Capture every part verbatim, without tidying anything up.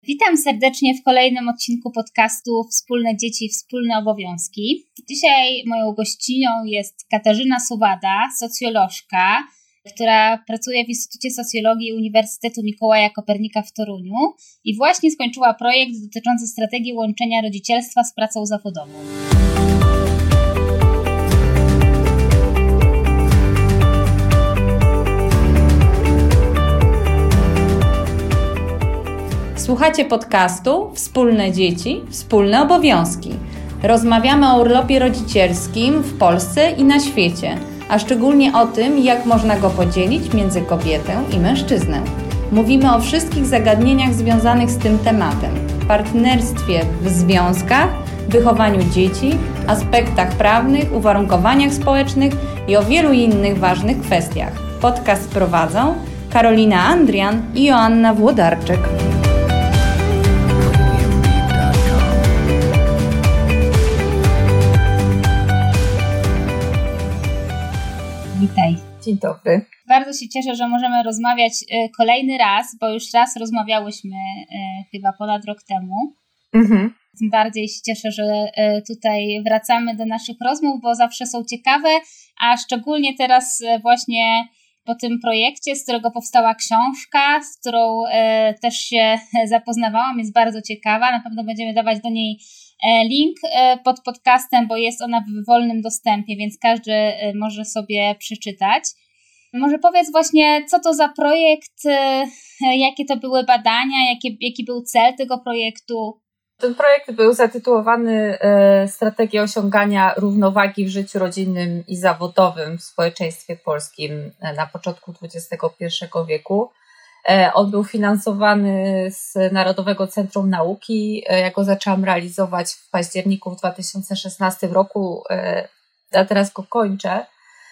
Witam serdecznie w kolejnym odcinku podcastu Wspólne Dzieci, Wspólne Obowiązki. Dzisiaj moją gościnią jest Katarzyna Suwada, socjolożka, która pracuje w Instytucie Socjologii Uniwersytetu Mikołaja Kopernika w Toruniu i właśnie skończyła projekt dotyczący strategii łączenia rodzicielstwa z pracą zawodową. Słuchacie podcastu Wspólne Dzieci, Wspólne Obowiązki. Rozmawiamy o urlopie rodzicielskim w Polsce i na świecie, a szczególnie o tym, jak można go podzielić między kobietę i mężczyznę. Mówimy o wszystkich zagadnieniach związanych z tym tematem, partnerstwie w związkach, wychowaniu dzieci, aspektach prawnych, uwarunkowaniach społecznych i o wielu innych ważnych kwestiach. Podcast prowadzą Karolina Andrian i Joanna Włodarczyk. Witaj. Dzień dobry. Bardzo się cieszę, że możemy rozmawiać kolejny raz, bo już raz rozmawiałyśmy chyba ponad rok temu. Mhm. Tym bardziej się cieszę, że tutaj wracamy do naszych rozmów, bo zawsze są ciekawe, a szczególnie teraz właśnie po tym projekcie, z którego powstała książka, z którą też się zapoznawałam, jest bardzo ciekawa. Na pewno będziemy dawać do niej link pod podcastem, bo jest ona w wolnym dostępie, więc każdy może sobie przeczytać. Może powiedz właśnie, co to za projekt, jakie to były badania, jaki, jaki był cel tego projektu? Ten projekt był zatytułowany e, Strategia osiągania równowagi w życiu rodzinnym i zawodowym w społeczeństwie polskim na początku dwudziestego pierwszego wieku. E, on był finansowany z Narodowego Centrum Nauki. E, ja go zaczęłam realizować w październiku w dwa tysiące szesnastym roku, e, a teraz go kończę.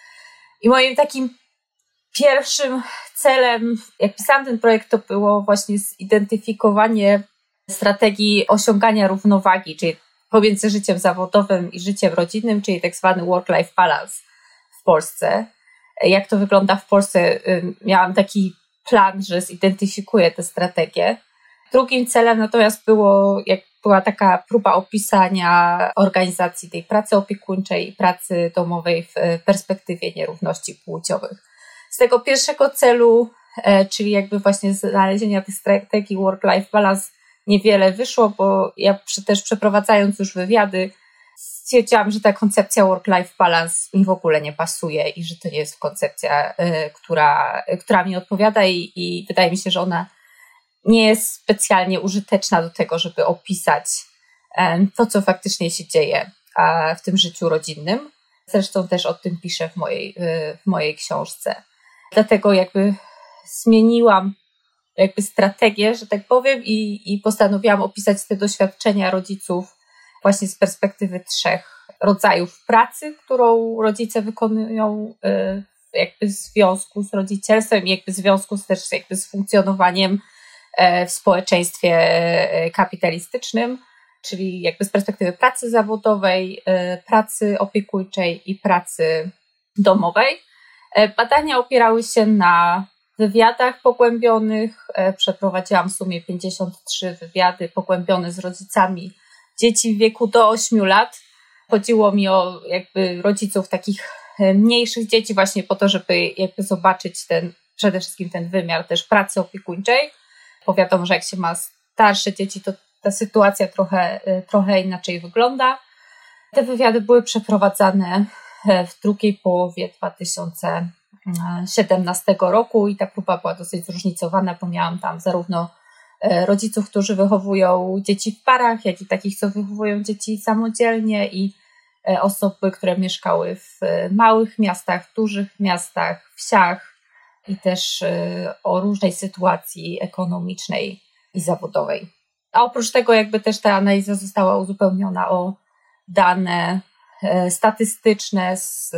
I moim takim pierwszym celem, jak pisałam ten projekt, to było właśnie zidentyfikowanie strategii osiągania równowagi, czyli pomiędzy życiem zawodowym i życiem rodzinnym, czyli tak zwany work-life balance w Polsce. Jak to wygląda w Polsce? Miałam taki plan, że zidentyfikuję tę strategię. Drugim celem natomiast było, jak była taka próba opisania organizacji tej pracy opiekuńczej i pracy domowej w perspektywie nierówności płciowych. Z tego pierwszego celu, czyli jakby właśnie znalezienia tej strategii work-life balance, niewiele wyszło, bo ja przy, też przeprowadzając już wywiady stwierdziłam, że ta koncepcja work-life balance mi w ogóle nie pasuje i że to nie jest koncepcja, y, która, y, która mi odpowiada i, i wydaje mi się, że ona nie jest specjalnie użyteczna do tego, żeby opisać y, to, co faktycznie się dzieje y, w tym życiu rodzinnym. Zresztą też o tym piszę w mojej, y, w mojej książce. Dlatego jakby zmieniłam jakby strategię, że tak powiem, i, i postanowiłam opisać te doświadczenia rodziców właśnie z perspektywy trzech rodzajów pracy, którą rodzice wykonują y, jakby w związku z rodzicielstwem i jakby w związku z też jakby z funkcjonowaniem y, w społeczeństwie y, kapitalistycznym, czyli jakby z perspektywy pracy zawodowej, y, pracy opiekuńczej i pracy domowej. Y, badania opierały się na wywiadach pogłębionych. Przeprowadziłam w sumie pięćdziesiąt trzy wywiady pogłębione z rodzicami dzieci w wieku do ośmiu lat. Chodziło mi o jakby rodziców takich mniejszych dzieci właśnie po to, żeby jakby zobaczyć ten, przede wszystkim ten wymiar też pracy opiekuńczej. Bo wiadomo, że jak się ma starsze dzieci, to ta sytuacja trochę, trochę inaczej wygląda. Te wywiady były przeprowadzane w drugiej połowie dwa tysiące siedemnastego roku i ta próba była dosyć zróżnicowana, bo miałam tam zarówno rodziców, którzy wychowują dzieci w parach, jak i takich, co wychowują dzieci samodzielnie i osoby, które mieszkały w małych miastach, dużych miastach, wsiach i też o różnej sytuacji ekonomicznej i zawodowej. A oprócz tego jakby też ta analiza została uzupełniona o dane statystyczne z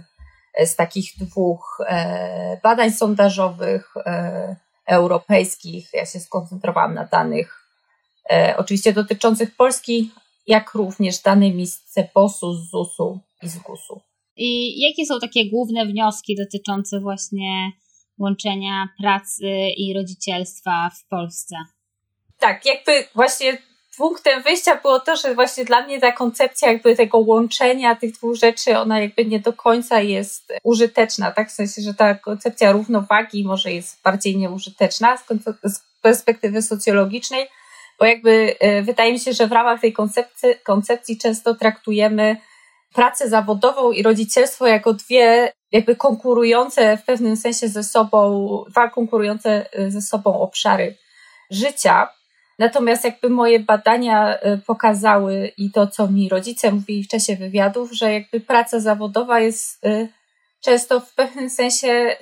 z takich dwóch e, badań sondażowych e, europejskich. Ja się skoncentrowałam na danych e, oczywiście dotyczących Polski, jak również danymi z CEPOS-u, z zusu i z gusu. I jakie są takie główne wnioski dotyczące właśnie łączenia pracy i rodzicielstwa w Polsce? tak, jakby właśnie punktem wyjścia było to, że właśnie dla mnie ta koncepcja jakby tego łączenia tych dwóch rzeczy, ona jakby nie do końca jest użyteczna, tak? W sensie, że ta koncepcja równowagi może jest bardziej nieużyteczna z, z perspektywy socjologicznej, bo jakby y, wydaje mi się, że w ramach tej koncepcji, koncepcji często traktujemy pracę zawodową i rodzicielstwo jako dwie jakby konkurujące w pewnym sensie ze sobą, dwa konkurujące ze sobą obszary życia. Natomiast jakby moje badania pokazały i to, co mi rodzice mówili w czasie wywiadów, że jakby praca zawodowa jest często w pewnym sensie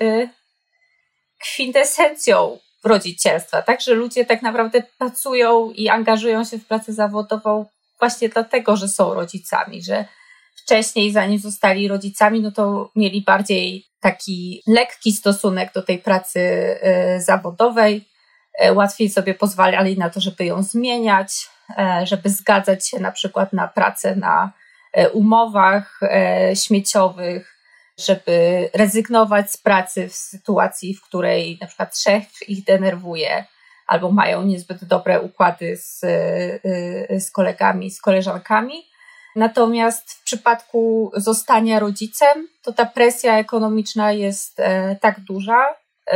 kwintesencją rodzicielstwa, tak? Że ludzie tak naprawdę pracują i angażują się w pracę zawodową właśnie dlatego, że są rodzicami, że wcześniej, zanim zostali rodzicami, no to mieli bardziej taki lekki stosunek do tej pracy zawodowej, łatwiej sobie pozwalali na to, żeby ją zmieniać, żeby zgadzać się na przykład na pracę na umowach śmieciowych, żeby rezygnować z pracy w sytuacji, w której na przykład szef ich denerwuje albo mają niezbyt dobre układy z, z kolegami, z koleżankami. Natomiast w przypadku zostania rodzicem, to ta presja ekonomiczna jest tak duża,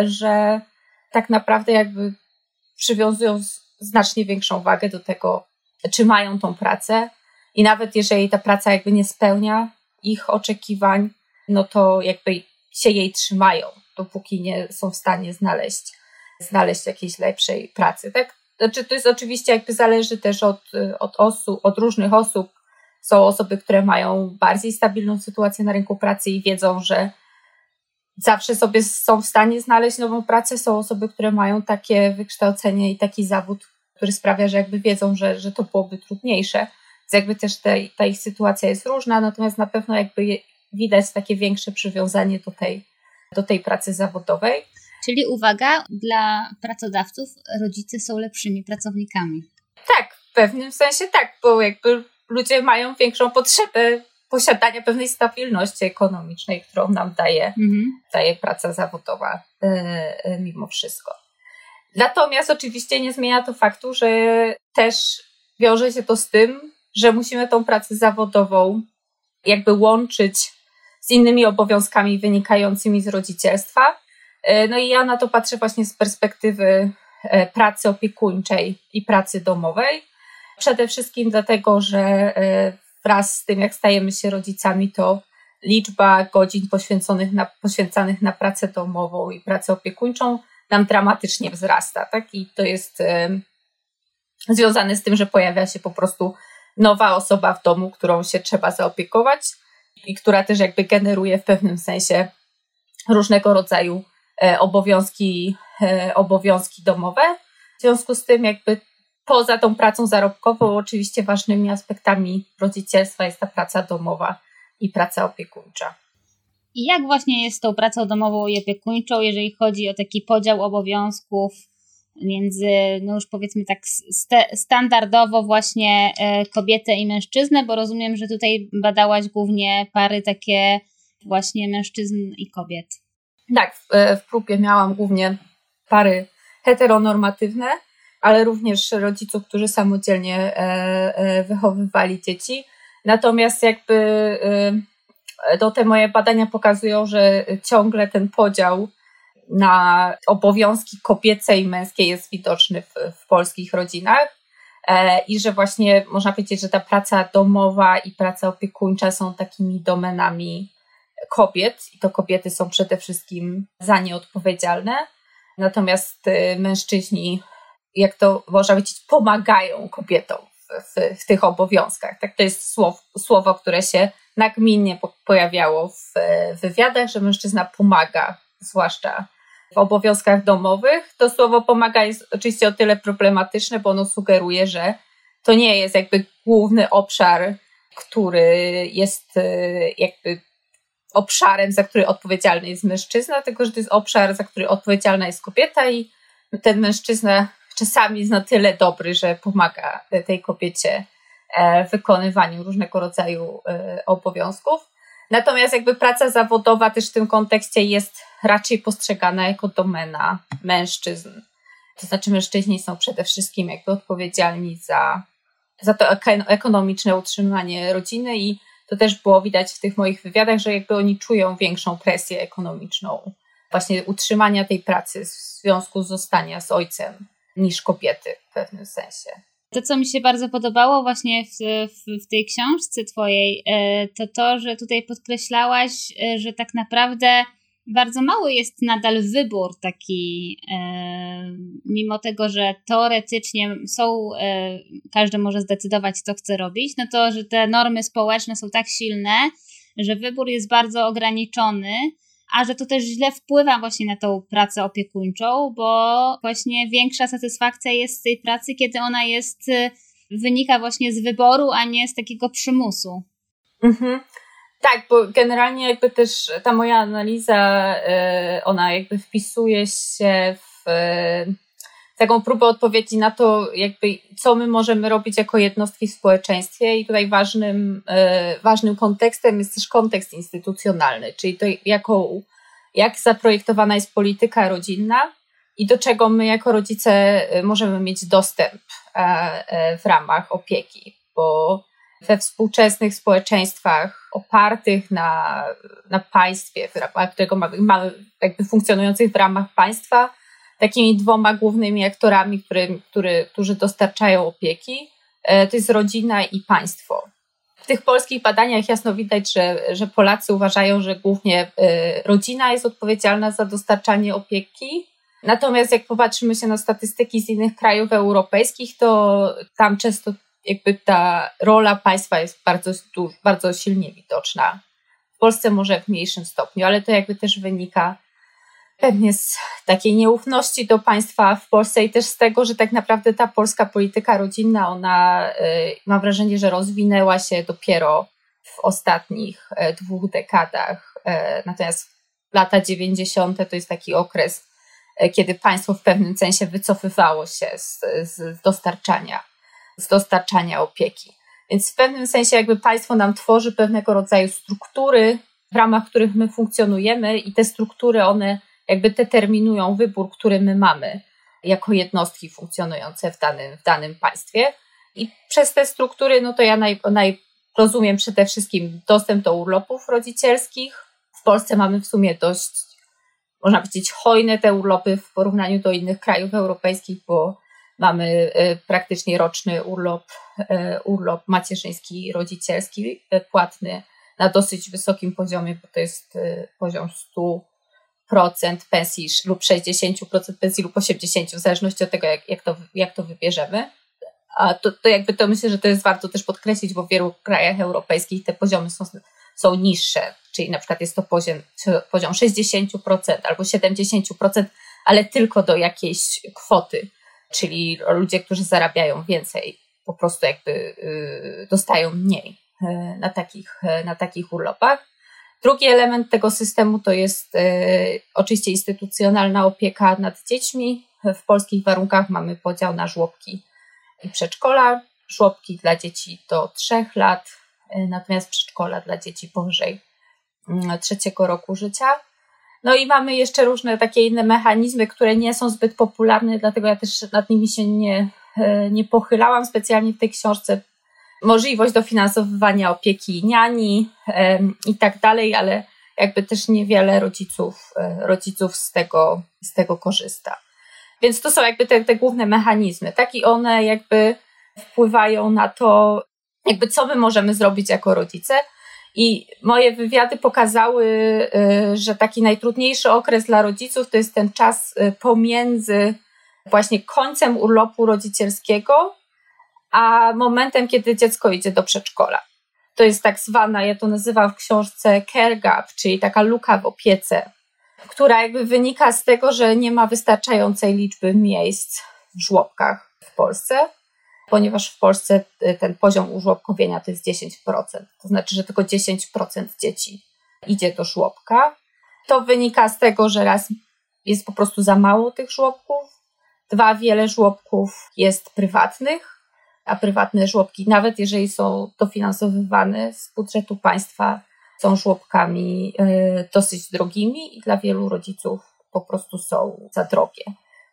że tak naprawdę jakby przywiązują znacznie większą wagę do tego, czy mają tą pracę i nawet jeżeli ta praca jakby nie spełnia ich oczekiwań, no to jakby się jej trzymają, dopóki nie są w stanie znaleźć, znaleźć jakiejś lepszej pracy. Tak? Znaczy to jest oczywiście jakby zależy też od, od osób, od różnych osób. Są osoby, które mają bardziej stabilną sytuację na rynku pracy i wiedzą, że zawsze sobie są w stanie znaleźć nową pracę. Są osoby, które mają takie wykształcenie i taki zawód, który sprawia, że jakby wiedzą, że, że to byłoby trudniejsze. Więc jakby też te, ta ich sytuacja jest różna, natomiast na pewno jakby widać takie większe przywiązanie do tej, do tej pracy zawodowej. Czyli uwaga, dla pracodawców rodzice są lepszymi pracownikami. Tak, w pewnym sensie tak, bo jakby ludzie mają większą potrzebę posiadania pewnej stabilności ekonomicznej, którą nam daje, mhm. daje praca zawodowa yy, mimo wszystko. Natomiast oczywiście nie zmienia to faktu, że też wiąże się to z tym, że musimy tą pracę zawodową jakby łączyć z innymi obowiązkami wynikającymi z rodzicielstwa. Yy, no i ja na to patrzę właśnie z perspektywy yy, pracy opiekuńczej i pracy domowej. Przede wszystkim dlatego, że wraz z tym, jak stajemy się rodzicami, to liczba godzin poświęconych na, poświęcanych na pracę domową i pracę opiekuńczą nam dramatycznie wzrasta. Tak? I to jest y, związane z tym, że pojawia się po prostu nowa osoba w domu, którą się trzeba zaopiekować i która też jakby generuje w pewnym sensie różnego rodzaju y, obowiązki, y, obowiązki domowe. W związku z tym jakby poza tą pracą zarobkową oczywiście ważnymi aspektami rodzicielstwa jest ta praca domowa i praca opiekuńcza. I jak właśnie jest z tą pracą domową i opiekuńczą, jeżeli chodzi o taki podział obowiązków między, no już powiedzmy tak st- standardowo właśnie kobietę i mężczyznę, bo rozumiem, że tutaj badałaś głównie pary takie właśnie mężczyzn i kobiet. Tak, w, w próbie miałam głównie pary heteronormatywne, ale również rodziców, którzy samodzielnie wychowywali dzieci. Natomiast jakby no, te moje badania pokazują, że ciągle ten podział na obowiązki kobiece i męskie jest widoczny w, w polskich rodzinach i że właśnie można powiedzieć, że ta praca domowa i praca opiekuńcza są takimi domenami kobiet i to kobiety są przede wszystkim za nie odpowiedzialne. Natomiast mężczyźni, jak to można powiedzieć, pomagają kobietom w, w, w tych obowiązkach. Tak, to jest słowo, słowo, które się nagminnie pojawiało w wywiadach, że mężczyzna pomaga, zwłaszcza w obowiązkach domowych. To słowo pomaga jest oczywiście o tyle problematyczne, bo ono sugeruje, że to nie jest jakby główny obszar, który jest jakby obszarem, za który odpowiedzialny jest mężczyzna, tylko że to jest obszar, za który odpowiedzialna jest kobieta i ten mężczyzna czasami jest na tyle dobry, że pomaga tej kobiecie w wykonywaniu różnego rodzaju obowiązków. Natomiast jakby praca zawodowa też w tym kontekście jest raczej postrzegana jako domena mężczyzn. To znaczy mężczyźni są przede wszystkim jakby odpowiedzialni za, za to ekonomiczne utrzymanie rodziny i to też było widać w tych moich wywiadach, że jakby oni czują większą presję ekonomiczną właśnie utrzymania tej pracy w związku z zostania z ojcem niż kobiety w pewnym sensie. To, co mi się bardzo podobało właśnie w, w, w tej książce twojej, to to, że tutaj podkreślałaś, że tak naprawdę bardzo mały jest nadal wybór taki, mimo tego, że teoretycznie są, każdy może zdecydować, co chce robić, no to, że te normy społeczne są tak silne, że wybór jest bardzo ograniczony, a że to też źle wpływa właśnie na tą pracę opiekuńczą, bo właśnie większa satysfakcja jest z tej pracy, kiedy ona jest, wynika właśnie z wyboru, a nie z takiego przymusu. Mhm. Tak, bo generalnie jakby też ta moja analiza, ona jakby wpisuje się w taką próbę odpowiedzi na to, jakby co my możemy robić jako jednostki w społeczeństwie i tutaj ważnym, ważnym kontekstem jest też kontekst instytucjonalny, czyli to jaką, jak zaprojektowana jest polityka rodzinna i do czego my jako rodzice możemy mieć dostęp w ramach opieki, bo we współczesnych społeczeństwach opartych na, na państwie, którego mamy, mamy jakby funkcjonujących w ramach państwa, takimi dwoma głównymi aktorami, który, który, którzy dostarczają opieki, to jest rodzina i państwo. W tych polskich badaniach jasno widać, że, że Polacy uważają, że głównie rodzina jest odpowiedzialna za dostarczanie opieki. Natomiast jak popatrzymy się na statystyki z innych krajów europejskich, to tam często jakby ta rola państwa jest bardzo, bardzo silnie widoczna. W Polsce może w mniejszym stopniu, ale to jakby też wynika pewnie z takiej nieufności do państwa w Polsce i też z tego, że tak naprawdę ta polska polityka rodzinna, ona mam wrażenie, że rozwinęła się dopiero w ostatnich dwóch dekadach. Natomiast lata dziewięćdziesiąte to jest taki okres, kiedy państwo w pewnym sensie wycofywało się z, z dostarczania, z dostarczania opieki. Więc w pewnym sensie jakby państwo nam tworzy pewnego rodzaju struktury, w ramach których my funkcjonujemy i te struktury, one jakby determinują wybór, który my mamy jako jednostki funkcjonujące w danym, w danym państwie. I przez te struktury, no to ja naj, naj, rozumiem przede wszystkim dostęp do urlopów rodzicielskich. W Polsce mamy w sumie dość, można powiedzieć, hojne te urlopy w porównaniu do innych krajów europejskich, bo mamy praktycznie roczny urlop, urlop macierzyński i rodzicielski płatny na dosyć wysokim poziomie, bo to jest poziom sto procent pensji lub sześćdziesiąt procent pensji lub osiemdziesiąt procent, w zależności od tego, jak, jak, to, jak to wybierzemy. A to, to jakby to myślę, że to jest warto też podkreślić, bo w wielu krajach europejskich te poziomy są, są niższe, czyli na przykład jest to poziom, poziom sześćdziesiąt procent albo siedemdziesiąt procent, ale tylko do jakiejś kwoty, czyli ludzie, którzy zarabiają więcej, po prostu jakby y, dostają mniej y, na takich, y, na takich urlopach. Drugi element tego systemu to jest y, oczywiście instytucjonalna opieka nad dziećmi. W polskich warunkach mamy podział na żłobki i przedszkola. Żłobki dla dzieci do trzech lat, y, natomiast przedszkola dla dzieci powyżej y, trzeciego roku życia. No i mamy jeszcze różne takie inne mechanizmy, które nie są zbyt popularne, dlatego ja też nad nimi się nie, y, nie pochylałam specjalnie w tej książce. Możliwość dofinansowywania opieki niani um, i tak dalej, ale jakby też niewiele rodziców, rodziców z tego, z tego korzysta. Więc to są jakby te, te główne mechanizmy, tak? I one jakby wpływają na to, jakby co my możemy zrobić jako rodzice. I moje wywiady pokazały, że taki najtrudniejszy okres dla rodziców to jest ten czas pomiędzy właśnie końcem urlopu rodzicielskiego a momentem, kiedy dziecko idzie do przedszkola. To jest tak zwana, ja to nazywam w książce care gap, czyli taka luka w opiece, która jakby wynika z tego, że nie ma wystarczającej liczby miejsc w żłobkach w Polsce, ponieważ w Polsce ten poziom użłobkowienia to jest dziesięć procent. To znaczy, że tylko dziesięć procent dzieci idzie do żłobka. To wynika z tego, że raz jest po prostu za mało tych żłobków, dwa, wiele żłobków jest prywatnych, a prywatne żłobki, nawet jeżeli są dofinansowywane z budżetu państwa, są żłobkami y, dosyć drogimi i dla wielu rodziców po prostu są za drogie.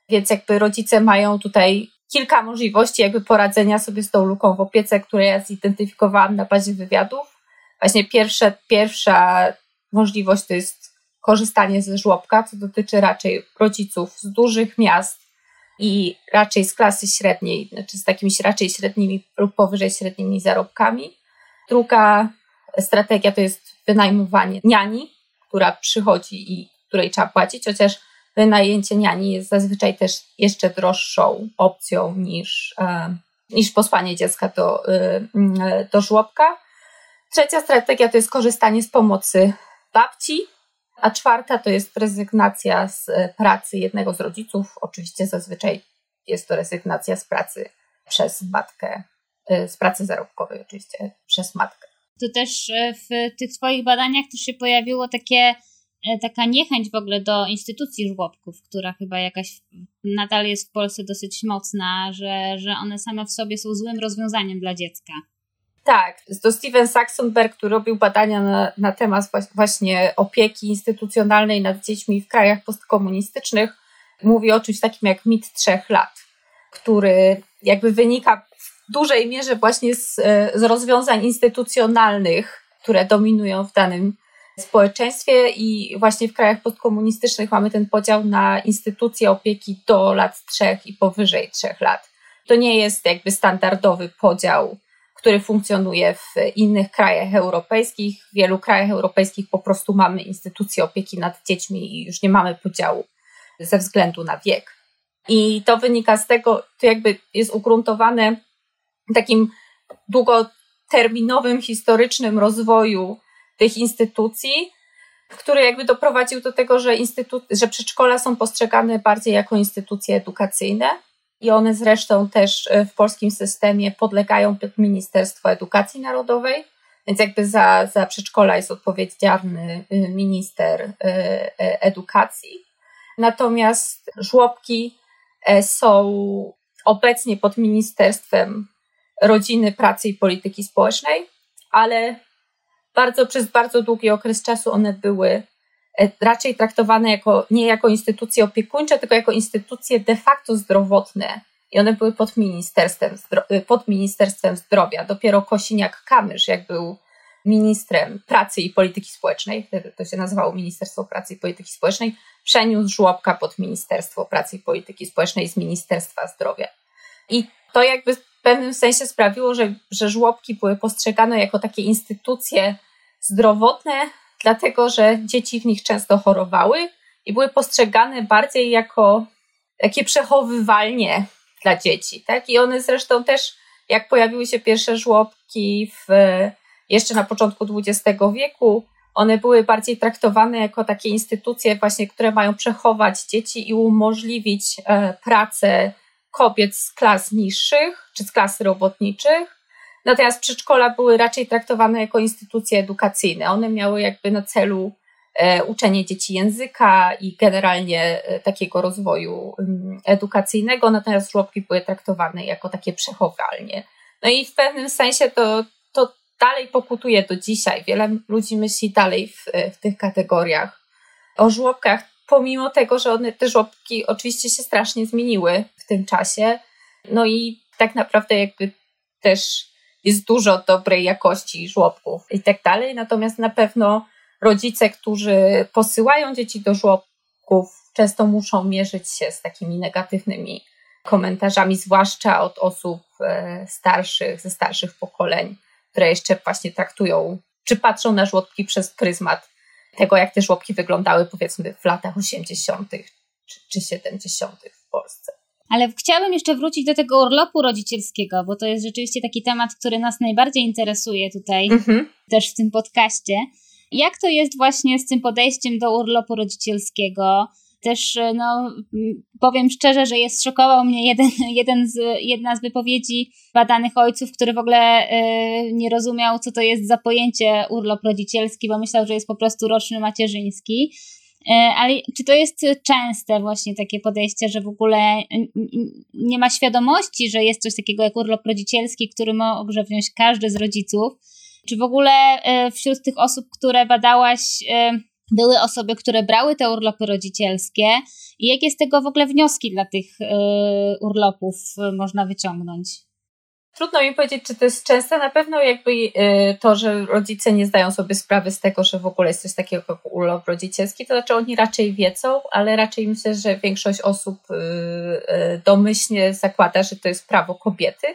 Więc jakby rodzice mają tutaj kilka możliwości jakby poradzenia sobie z tą luką w opiece, które ja zidentyfikowałam na bazie wywiadów. Właśnie pierwsze, pierwsza możliwość to jest korzystanie ze żłobka, co dotyczy raczej rodziców z dużych miast i raczej z klasy średniej, znaczy z takimi raczej średnimi lub powyżej średnimi zarobkami. Druga strategia to jest wynajmowanie niani, która przychodzi i której trzeba płacić, chociaż wynajęcie niani jest zazwyczaj też jeszcze droższą opcją niż, e, niż posłanie dziecka do, e, do żłobka. Trzecia strategia to jest korzystanie z pomocy babci, a czwarta to jest rezygnacja z pracy jednego z rodziców. Oczywiście zazwyczaj jest to rezygnacja z pracy przez matkę, e, z pracy zarobkowej oczywiście przez matkę. To też w tych Twoich badaniach też się pojawiło takie taka niechęć w ogóle do instytucji żłobków, która chyba jakaś nadal jest w Polsce dosyć mocna, że, że one same w sobie są złym rozwiązaniem dla dziecka. Tak, to Steven Saxonberg, który robił badania na, na temat właśnie opieki instytucjonalnej nad dziećmi w krajach postkomunistycznych, mówi o czymś takim jak mit trzech lat, który jakby wynika w dużej mierze właśnie z, z rozwiązań instytucjonalnych, które dominują w danym społeczeństwie i właśnie w krajach postkomunistycznych mamy ten podział na instytucje opieki do lat trzech i powyżej trzech lat. To nie jest jakby standardowy podział, który funkcjonuje w innych krajach europejskich. W wielu krajach europejskich po prostu mamy instytucje opieki nad dziećmi i już nie mamy podziału ze względu na wiek. I to wynika z tego, to jakby jest ugruntowane takim długoterminowym, historycznym rozwoju tych instytucji, który jakby doprowadził do tego, że, instytu- że przedszkola są postrzegane bardziej jako instytucje edukacyjne i one zresztą też w polskim systemie podlegają pod Ministerstwo Edukacji Narodowej, więc jakby za, za przedszkola jest odpowiedzialny minister edukacji. Natomiast żłobki są obecnie pod Ministerstwem Rodziny, Pracy i Polityki Społecznej, ale bardzo, przez bardzo długi okres czasu one były raczej traktowane jako, nie jako instytucje opiekuńcze, tylko jako instytucje de facto zdrowotne. I one były pod Ministerstwem, pod Ministerstwem Zdrowia. Dopiero Kosiniak-Kamysz, jak był ministrem Pracy i Polityki Społecznej, wtedy to się nazywało Ministerstwo Pracy i Polityki Społecznej, przeniósł żłobka pod Ministerstwo Pracy i Polityki Społecznej z Ministerstwa Zdrowia. I to jakby w pewnym sensie sprawiło, że, że żłobki były postrzegane jako takie instytucje zdrowotne, dlatego że dzieci w nich często chorowały i były postrzegane bardziej jako takie przechowywalnie dla dzieci. Tak? I one zresztą też, jak pojawiły się pierwsze żłobki w, jeszcze na początku dwudziestego wieku, one były bardziej traktowane jako takie instytucje właśnie, które mają przechować dzieci i umożliwić e, pracę kobiet z klas niższych czy z klas robotniczych. Natomiast przedszkola były raczej traktowane jako instytucje edukacyjne. One miały jakby na celu e, uczenie dzieci języka i generalnie e, takiego rozwoju um, edukacyjnego, natomiast żłobki były traktowane jako takie przechowalnie. No i w pewnym sensie to, to dalej pokutuje do dzisiaj. Wiele ludzi myśli dalej w, w tych kategoriach o żłobkach, pomimo tego, że one, te żłobki oczywiście się strasznie zmieniły w tym czasie. No i tak naprawdę jakby też jest dużo dobrej jakości żłobków i tak dalej. Natomiast na pewno rodzice, którzy posyłają dzieci do żłobków, często muszą mierzyć się z takimi negatywnymi komentarzami, zwłaszcza od osób starszych, ze starszych pokoleń, które jeszcze właśnie traktują, czy patrzą na żłobki przez pryzmat tego, jak te żłobki wyglądały powiedzmy w latach osiemdziesiątych czy, czy siedemdziesiątych w Polsce. Ale chciałabym jeszcze wrócić do tego urlopu rodzicielskiego, bo to jest rzeczywiście taki temat, który nas najbardziej interesuje tutaj mhm. też w tym podcaście. Jak to jest właśnie z tym podejściem do urlopu rodzicielskiego? Też no, powiem szczerze, że jest szokował mnie jeden, jeden z, jedna z wypowiedzi badanych ojców, który w ogóle y, nie rozumiał, co to jest za pojęcie urlop rodzicielski, bo myślał, że jest po prostu roczny macierzyński. Y, ale czy to jest częste właśnie takie podejście, że w ogóle nie ma świadomości, że jest coś takiego jak urlop rodzicielski, który może wziąć każdy z rodziców? Czy w ogóle y, wśród tych osób, które badałaś, y, były osoby, które brały te urlopy rodzicielskie i jakie z tego w ogóle wnioski dla tych y, urlopów można wyciągnąć? Trudno mi powiedzieć, czy to jest częste. Na pewno jakby y, to, że rodzice nie zdają sobie sprawy z tego, że w ogóle jest coś takiego jak urlop rodzicielski, to znaczy oni raczej wiedzą, ale raczej myślę, że większość osób y, y, domyślnie zakłada, że to jest prawo kobiety,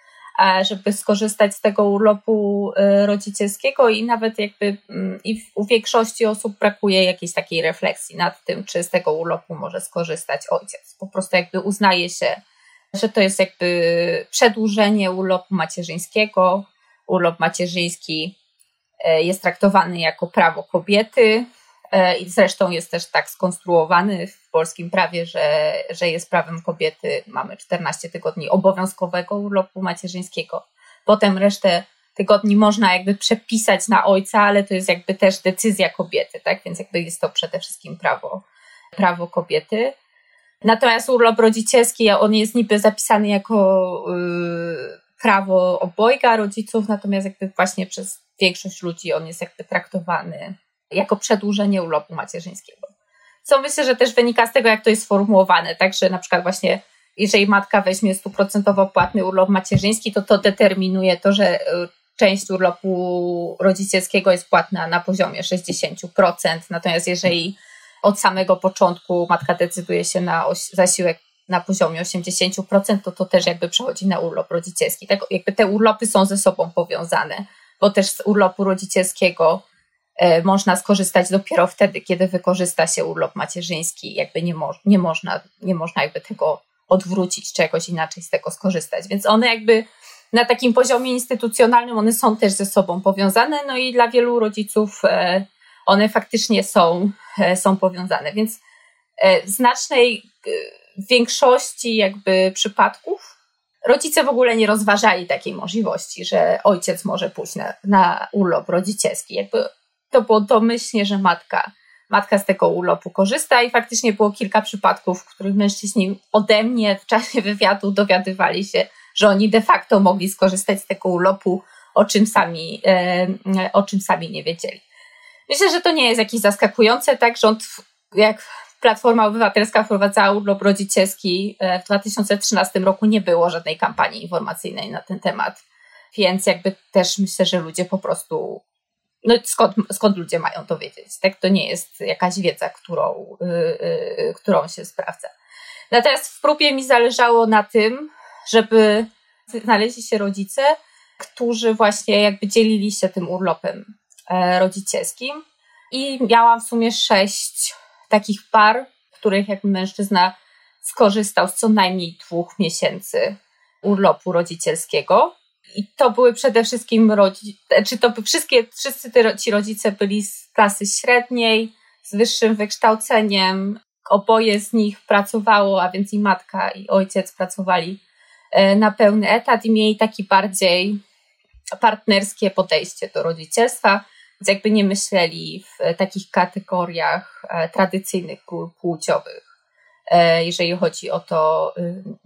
a żeby skorzystać z tego urlopu y, rodzicielskiego i nawet jakby y, i w, u większości osób brakuje jakiejś takiej refleksji nad tym, czy z tego urlopu może skorzystać ojciec. Po prostu jakby uznaje się, że to jest jakby przedłużenie urlopu macierzyńskiego. Urlop macierzyński jest traktowany jako prawo kobiety i zresztą jest też tak skonstruowany w polskim prawie, że, że jest prawem kobiety. Mamy czternaście tygodni obowiązkowego urlopu macierzyńskiego. Potem resztę tygodni można jakby przepisać na ojca, ale to jest jakby też decyzja kobiety, tak? Więc jakby jest to przede wszystkim prawo, prawo kobiety. Natomiast urlop rodzicielski, on jest niby zapisany jako yy, prawo obojga rodziców, natomiast jakby właśnie przez większość ludzi on jest jakby traktowany jako przedłużenie urlopu macierzyńskiego. Co myślę, że też wynika z tego, jak to jest sformułowane, tak, że na przykład właśnie jeżeli matka weźmie stuprocentowo płatny urlop macierzyński, to to determinuje to, że część urlopu rodzicielskiego jest płatna na poziomie sześćdziesiąt procent, natomiast jeżeli od samego początku matka decyduje się na oś- zasiłek na poziomie osiemdziesiąt procent, to to też jakby przechodzi na urlop rodzicielski. Tak, jakby te urlopy są ze sobą powiązane, bo też z urlopu rodzicielskiego e, można skorzystać dopiero wtedy, kiedy wykorzysta się urlop macierzyński. Jakby nie, mo- nie, można, nie można jakby tego odwrócić, czegoś inaczej z tego skorzystać. Więc one jakby na takim poziomie instytucjonalnym one są też ze sobą powiązane, no i dla wielu rodziców e, one faktycznie są, e, są powiązane. Więc e, w znacznej e, większości jakby przypadków rodzice w ogóle nie rozważali takiej możliwości, że ojciec może pójść na, na urlop rodzicielski. Jakby to było domyślnie, że matka, matka z tego urlopu korzysta i faktycznie było kilka przypadków, w których mężczyźni ode mnie w czasie wywiadu dowiadywali się, że oni de facto mogli skorzystać z tego urlopu, o czym sami, e, o czym sami nie wiedzieli. Myślę, że to nie jest jakieś zaskakujące, tak? Rząd, jak Platforma Obywatelska wprowadzała urlop rodzicielski w dwa tysiące trzynastym roku, nie było żadnej kampanii informacyjnej na ten temat, więc jakby też myślę, że ludzie po prostu, no skąd, skąd ludzie mają to wiedzieć, tak? To nie jest jakaś wiedza, którą, yy, którą się sprawdza. Natomiast w próbie mi zależało na tym, żeby znaleźli się rodzice, którzy właśnie jakby dzielili się tym urlopem e, rodzicielskim i miałam w sumie sześć takich par, w których jakby mężczyzna skorzystał z co najmniej dwóch miesięcy urlopu rodzicielskiego. I to były przede wszystkim rodzice, czy to wszystkie, wszyscy te, ci rodzice byli z klasy średniej, z wyższym wykształceniem. Oboje z nich pracowało, a więc i matka, i ojciec pracowali na pełny etat i mieli taki bardziej partnerskie podejście do rodzicielstwa, więc jakby nie myśleli w takich kategoriach tradycyjnych płciowych, jeżeli chodzi o to,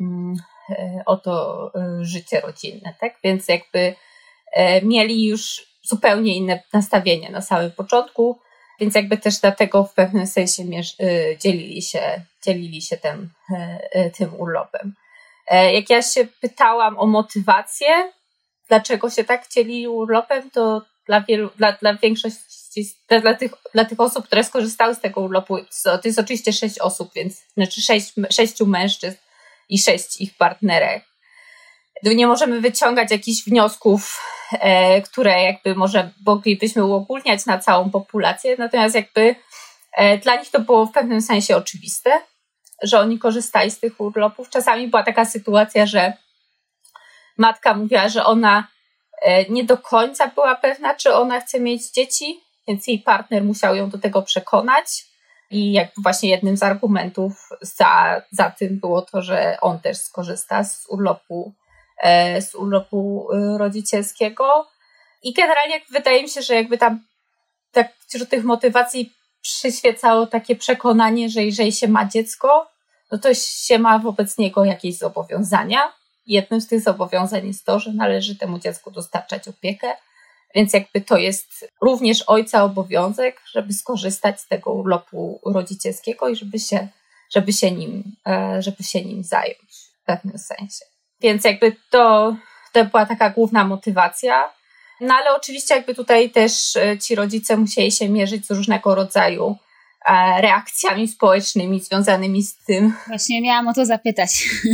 o to życie rodzinne, tak? Więc jakby mieli już zupełnie inne nastawienie na samym początku, więc jakby też dlatego w pewnym sensie dzielili się, dzielili się tym, tym urlopem. Jak ja się pytałam o motywację, dlaczego się tak dzielili urlopem, to dla wielu, dla, dla większości, dla, dla, tych, dla tych osób, które skorzystały z tego urlopu, to jest oczywiście sześć osób, więc znaczy sześć, sześciu mężczyzn i sześć ich partnerek. Nie możemy wyciągać jakichś wniosków, e, które jakby może moglibyśmy uogólniać na całą populację, natomiast jakby e, dla nich to było w pewnym sensie oczywiste, że oni korzystali z tych urlopów. Czasami była taka sytuacja, że matka mówiła, że ona nie do końca była pewna, czy ona chce mieć dzieci, więc jej partner musiał ją do tego przekonać. I jakby właśnie jednym z argumentów za, za tym było to, że on też skorzysta z urlopu, z urlopu rodzicielskiego. I generalnie wydaje mi się, że jakby tam tak wśród tych motywacji przyświecało takie przekonanie, że jeżeli się ma dziecko, no to się ma wobec niego jakieś zobowiązania. Jednym z tych zobowiązań jest to, że należy temu dziecku dostarczać opiekę, Więc jakby to jest również ojca obowiązek, żeby skorzystać z tego urlopu rodzicielskiego i żeby się, żeby się nim, żeby się nim zająć w pewnym sensie. Więc jakby to, to była taka główna motywacja. No ale oczywiście jakby tutaj też ci rodzice musieli się mierzyć z różnego rodzaju reakcjami społecznymi związanymi z tym. Właśnie miałam o to zapytać.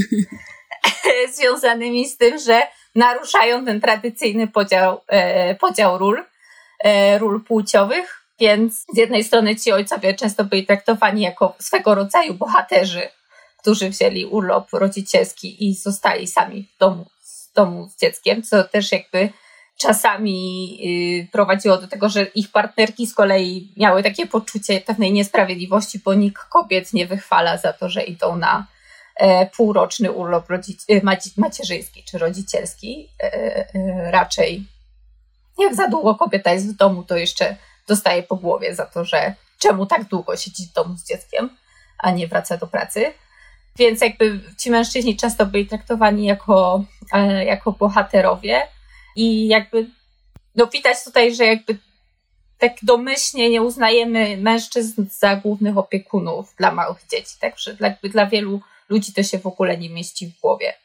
Związanymi z tym, że naruszają ten tradycyjny podział, e, podział ról, e, ról płciowych, więc z jednej strony ci ojcowie często byli traktowani jako swego rodzaju bohaterzy, którzy wzięli urlop rodzicielski i zostali sami w domu, w domu z dzieckiem, co też jakby czasami y, prowadziło do tego, że ich partnerki z kolei miały takie poczucie pewnej niesprawiedliwości, bo nikt kobiet nie wychwala za to, że idą na e, półroczny urlop rodzic- maci- macierzyński czy rodzicielski. E, e, raczej jak za długo kobieta jest w domu, to jeszcze dostaje po głowie za to, że czemu tak długo siedzi w domu z dzieckiem, a nie wraca do pracy. Więc jakby ci mężczyźni często byli traktowani jako, e, jako bohaterowie. I jakby no widać tutaj, że jakby tak domyślnie nie uznajemy mężczyzn za głównych opiekunów dla małych dzieci. Tak? Że jakby dla wielu ludzi to się w ogóle nie mieści w głowie,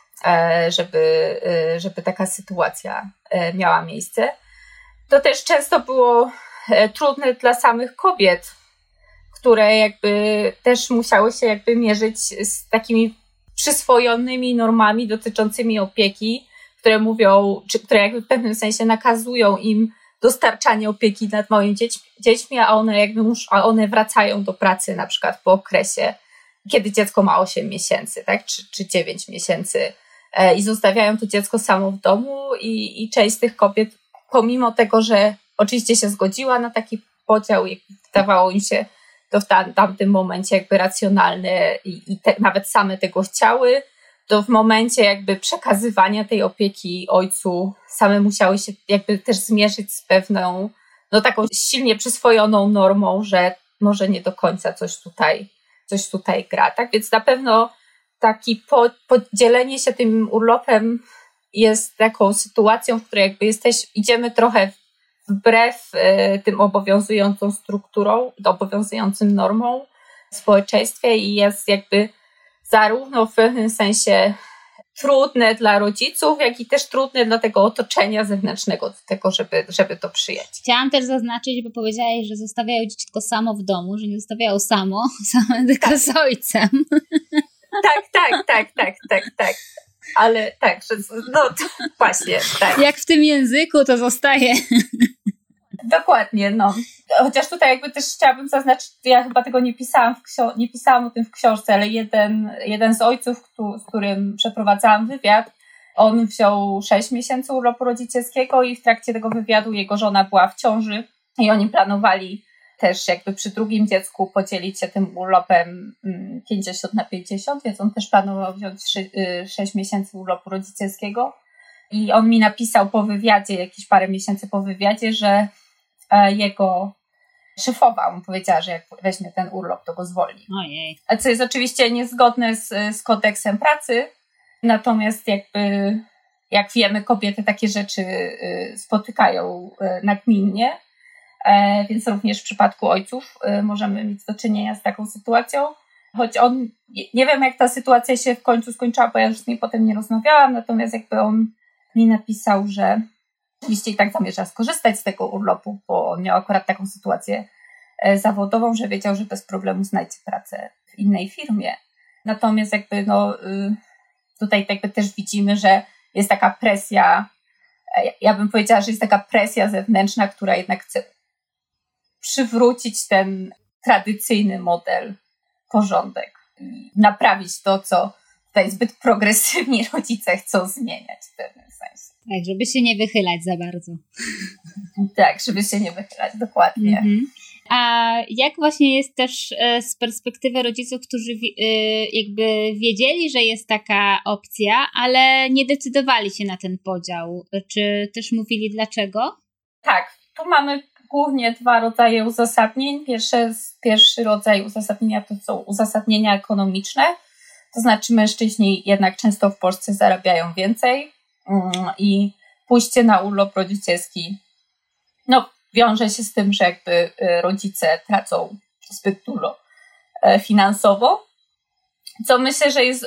żeby, żeby taka sytuacja miała miejsce. To też często było trudne dla samych kobiet, które jakby też musiały się jakby mierzyć z takimi przyswojonymi normami dotyczącymi opieki, które mówią, czy które jakby w pewnym sensie nakazują im dostarczanie opieki nad małymi dziećmi, dziećmi a one jakby muszą, a one wracają do pracy na przykład po okresie, kiedy dziecko ma osiem miesięcy, tak, czy, czy dziewięć miesięcy e, i zostawiają to dziecko samo w domu i, i część z tych kobiet, pomimo tego, że oczywiście się zgodziła na taki podział, jakby wydawało im się to w tam, tamtym momencie jakby racjonalne i, i te, nawet same tego chciały, to w momencie jakby przekazywania tej opieki ojcu same musiały się jakby też zmierzyć z pewną, no taką silnie przyswojoną normą, że może nie do końca coś tutaj, coś tutaj gra. Tak więc na pewno taki po, podzielenie się tym urlopem jest taką sytuacją, w której jakby jesteś, idziemy trochę wbrew y, tym obowiązującą strukturą, obowiązującym normą w społeczeństwie i jest jakby zarówno w pewnym sensie trudne dla rodziców, jak i też trudne dla tego otoczenia zewnętrznego, do tego, żeby, żeby to przyjąć. Chciałam też zaznaczyć, bo powiedziałaś, że zostawiają dziecko samo w domu, że nie zostawiają samo, same tylko tak. z ojcem. Tak, tak, tak, tak, tak, tak. Ale tak, że no to właśnie, tak. Jak w tym języku to zostaje. Dokładnie, no. Chociaż tutaj jakby też chciałabym zaznaczyć, ja chyba tego nie pisałam, w ksio- nie pisałam o tym w książce, ale jeden, jeden z ojców, kto, z którym przeprowadzałam wywiad, on wziął sześć miesięcy urlopu rodzicielskiego i w trakcie tego wywiadu jego żona była w ciąży i oni planowali też jakby przy drugim dziecku podzielić się tym urlopem pięćdziesiąt na pięćdziesiąt, więc on też planował wziąć sześć miesięcy urlopu rodzicielskiego i on mi napisał po wywiadzie, jakieś parę miesięcy po wywiadzie, że jego szefowa mu powiedziała, że jak weźmie ten urlop, to go zwolni. Ojej. A co jest oczywiście niezgodne z, z kodeksem pracy, natomiast jakby jak wiemy, kobiety takie rzeczy spotykają nagminnie, więc również w przypadku ojców możemy mieć do czynienia z taką sytuacją. Choć on, nie wiem jak ta sytuacja się w końcu skończyła, bo ja już z nim potem nie rozmawiałam, natomiast jakby on mi napisał, że oczywiście i tak zamierza skorzystać z tego urlopu, bo on miał akurat taką sytuację zawodową, że wiedział, że bez problemu znajdzie pracę w innej firmie. Natomiast jakby no tutaj jakby też widzimy, że jest taka presja, ja bym powiedziała, że jest taka presja zewnętrzna, która jednak chce przywrócić ten tradycyjny model, porządek i naprawić to, co tutaj zbyt progresywni rodzice chcą zmieniać w pewnym sensie. Tak, żeby się nie wychylać za bardzo. Tak, żeby się nie wychylać, dokładnie. Mhm. A jak właśnie jest też z perspektywy rodziców, którzy jakby wiedzieli, że jest taka opcja, ale nie decydowali się na ten podział? Czy też mówili dlaczego? Tak, tu mamy głównie dwa rodzaje uzasadnień. Pierwszy, pierwszy rodzaj uzasadnienia to są uzasadnienia ekonomiczne, to znaczy mężczyźni jednak często w Polsce zarabiają więcej i pójście na urlop rodzicielski no, wiąże się z tym, że jakby rodzice tracą zbyt dużo finansowo, co myślę, że jest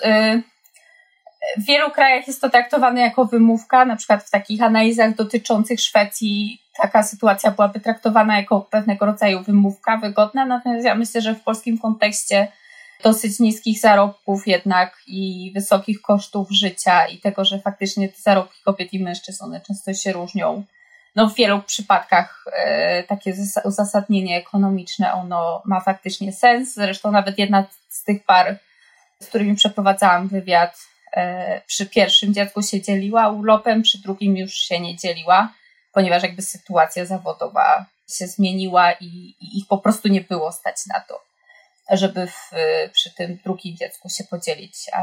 w wielu krajach jest to traktowane jako wymówka, na przykład w takich analizach dotyczących Szwecji taka sytuacja byłaby traktowana jako pewnego rodzaju wymówka wygodna, natomiast ja myślę, że w polskim kontekście dosyć niskich zarobków jednak i wysokich kosztów życia i tego, że faktycznie te zarobki kobiet i mężczyzn, one często się różnią. No w wielu przypadkach e, takie uzasadnienie ekonomiczne, ono ma faktycznie sens. Zresztą nawet jedna z tych par, z którymi przeprowadzałam wywiad, e, przy pierwszym dziecku się dzieliła urlopem, przy drugim już się nie dzieliła, ponieważ jakby sytuacja zawodowa się zmieniła i, i ich po prostu nie było stać na to, żeby w, przy tym drugim dziecku się podzielić, a,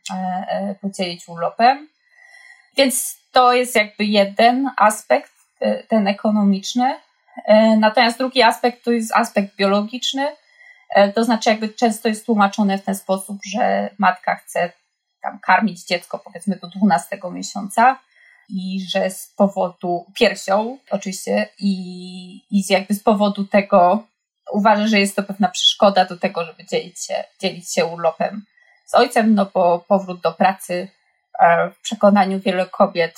a, podzielić urlopem. Więc to jest jakby jeden aspekt, ten ekonomiczny. Natomiast drugi aspekt to jest aspekt biologiczny. To znaczy jakby często jest tłumaczone w ten sposób, że matka chce tam karmić dziecko powiedzmy do dwunastego miesiąca i że z powodu piersią oczywiście i, i jakby z powodu tego uważa, że jest to pewna przeszkoda do tego, żeby dzielić się, dzielić się urlopem z ojcem, no bo powrót do pracy w przekonaniu wielu kobiet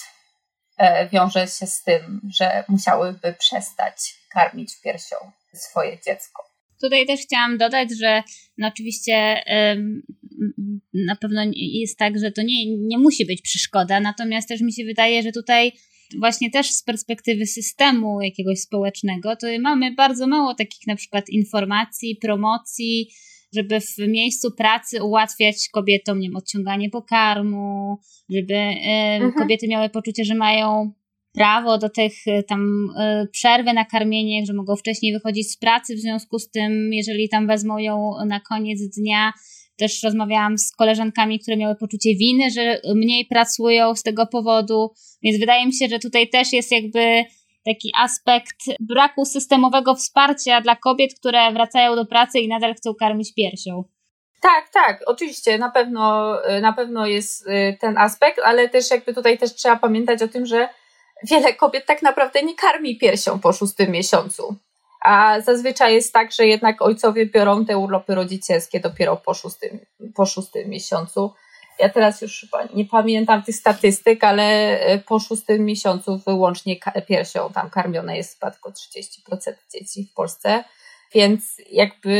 wiąże się z tym, że musiałyby przestać karmić piersią swoje dziecko. Tutaj też chciałam dodać, że no oczywiście ym, na pewno jest tak, że to nie, nie musi być przeszkoda, natomiast też mi się wydaje, że tutaj właśnie też z perspektywy systemu jakiegoś społecznego, to mamy bardzo mało takich na przykład informacji, promocji, żeby w miejscu pracy ułatwiać kobietom, nie wiem, odciąganie pokarmu, żeby y, mhm. kobiety miały poczucie, że mają prawo do tych tam y, przerwy na karmienie, że mogą wcześniej wychodzić z pracy, w związku z tym, jeżeli tam wezmą ją na koniec dnia. Też rozmawiałam z koleżankami, które miały poczucie winy, że mniej pracują z tego powodu, więc wydaje mi się, że tutaj też jest jakby taki aspekt braku systemowego wsparcia dla kobiet, które wracają do pracy i nadal chcą karmić piersią. Tak, tak, oczywiście, na pewno, na pewno jest ten aspekt, ale też jakby tutaj też trzeba pamiętać o tym, że wiele kobiet tak naprawdę nie karmi piersią po szóstym miesiącu. A zazwyczaj jest tak, że jednak ojcowie biorą te urlopy rodzicielskie dopiero po szóstym, po szóstym miesiącu. Ja teraz już chyba nie pamiętam tych statystyk, ale po szóstym miesiącu wyłącznie piersią tam karmione jest chyba tylko trzydzieści procent dzieci w Polsce. Więc jakby,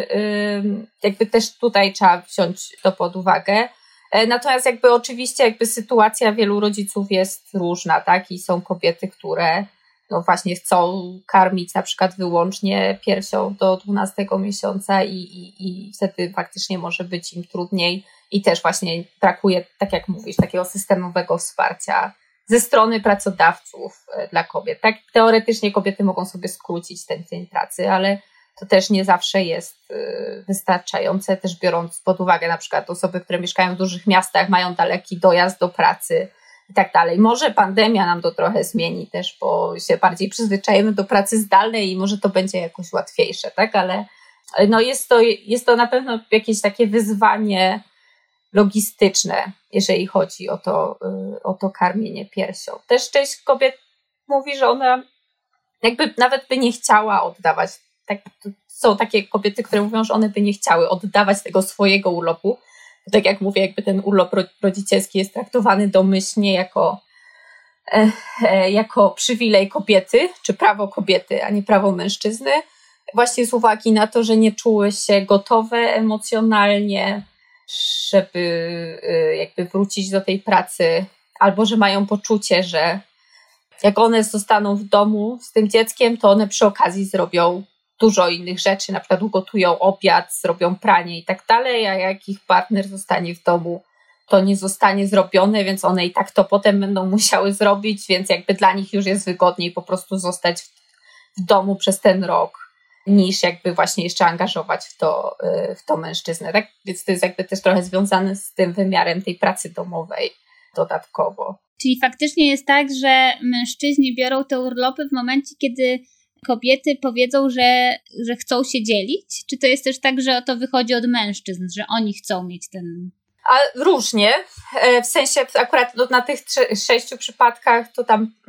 jakby też tutaj trzeba wziąć to pod uwagę. Natomiast jakby oczywiście jakby sytuacja wielu rodziców jest różna, tak? I są kobiety, które no właśnie chcą karmić na przykład wyłącznie piersią do dwunastego miesiąca i, i, i wtedy faktycznie może być im trudniej i też właśnie brakuje, tak jak mówisz, takiego systemowego wsparcia ze strony pracodawców dla kobiet. Tak, teoretycznie kobiety mogą sobie skrócić ten dzień pracy, ale to też nie zawsze jest wystarczające, też biorąc pod uwagę na przykład osoby, które mieszkają w dużych miastach, mają daleki dojazd do pracy i tak dalej. Może pandemia nam to trochę zmieni też, bo się bardziej przyzwyczajemy do pracy zdalnej i może to będzie jakoś łatwiejsze, tak? Ale no jest to, jest to na pewno jakieś takie wyzwanie logistyczne, jeżeli chodzi o to, o to karmienie piersią. Też część kobiet mówi, że ona jakby nawet by nie chciała oddawać. Tak, są takie kobiety, które mówią, że one by nie chciały oddawać tego swojego urlopu. Tak jak mówię, jakby ten urlop rodzicielski jest traktowany domyślnie jako, e, e, jako przywilej kobiety, czy prawo kobiety, a nie prawo mężczyzny. Właśnie z uwagi na to, że nie czuły się gotowe emocjonalnie, żeby e, jakby wrócić do tej pracy, albo że mają poczucie, że jak one zostaną w domu z tym dzieckiem, to one przy okazji zrobią dużo innych rzeczy, na przykład ugotują obiad, zrobią pranie i tak dalej, a jak ich partner zostanie w domu, to nie zostanie zrobione, więc one i tak to potem będą musiały zrobić, więc jakby dla nich już jest wygodniej po prostu zostać w, w domu przez ten rok, niż jakby właśnie jeszcze angażować w to, w to mężczyznę. Tak? Więc to jest jakby też trochę związane z tym wymiarem tej pracy domowej dodatkowo. Czyli faktycznie jest tak, że mężczyźni biorą te urlopy w momencie, kiedy kobiety powiedzą, że, że chcą się dzielić? Czy to jest też tak, że o to wychodzi od mężczyzn, że oni chcą mieć ten... A różnie. W sensie akurat na tych trzech, sześciu przypadkach to tam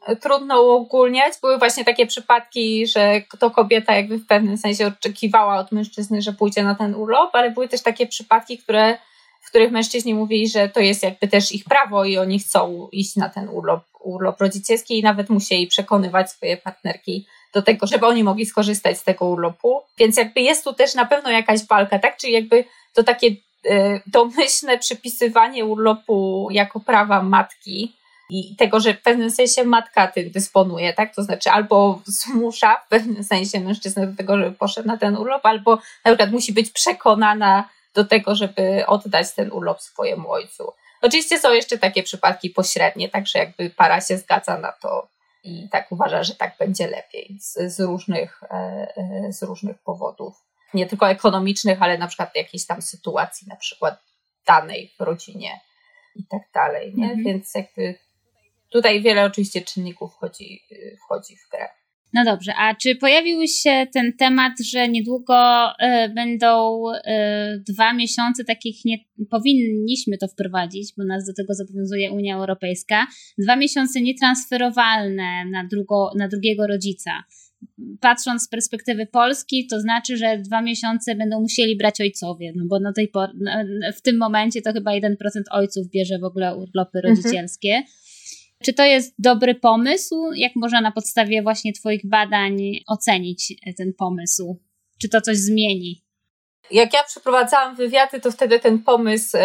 trudno uogólniać. Były właśnie takie przypadki, że to kobieta jakby w pewnym sensie oczekiwała od mężczyzny, że pójdzie na ten urlop, ale były też takie przypadki, które, w których mężczyźni mówili, że to jest jakby też ich prawo i oni chcą iść na ten urlop, urlop rodzicielski i nawet musieli przekonywać swoje partnerki do tego, żeby oni mogli skorzystać z tego urlopu. Więc jakby jest tu też na pewno jakaś walka, tak? Czyli jakby to takie y, domyślne przypisywanie urlopu jako prawa matki i tego, że w pewnym sensie matka tym dysponuje, tak? To znaczy albo zmusza w pewnym sensie mężczyznę do tego, żeby poszedł na ten urlop, albo na przykład musi być przekonana do tego, żeby oddać ten urlop swojemu ojcu. Oczywiście są jeszcze takie przypadki pośrednie, także jakby para się zgadza na to i tak uważa, że tak będzie lepiej z, z, różnych, e, z różnych powodów. Nie tylko ekonomicznych, ale na przykład jakiejś tam sytuacji, na przykład danej w rodzinie i tak dalej, nie? Mhm. Więc jakby tutaj wiele oczywiście czynników wchodzi, wchodzi w grę. No dobrze, a czy pojawił się ten temat, że niedługo y, będą y, dwa miesiące takich, nie powinniśmy to wprowadzić, bo nas do tego zobowiązuje Unia Europejska, dwa miesiące nietransferowalne na, drugo, na drugiego rodzica. Patrząc z perspektywy Polski, to znaczy, że dwa miesiące będą musieli brać ojcowie, no bo na tej por- w tym momencie to chyba jeden procent ojców bierze w ogóle urlopy rodzicielskie. Mhm. Czy to jest dobry pomysł? Jak można na podstawie właśnie twoich badań ocenić ten pomysł? Czy to coś zmieni? Jak ja przeprowadzałam wywiady, to wtedy ten pomysł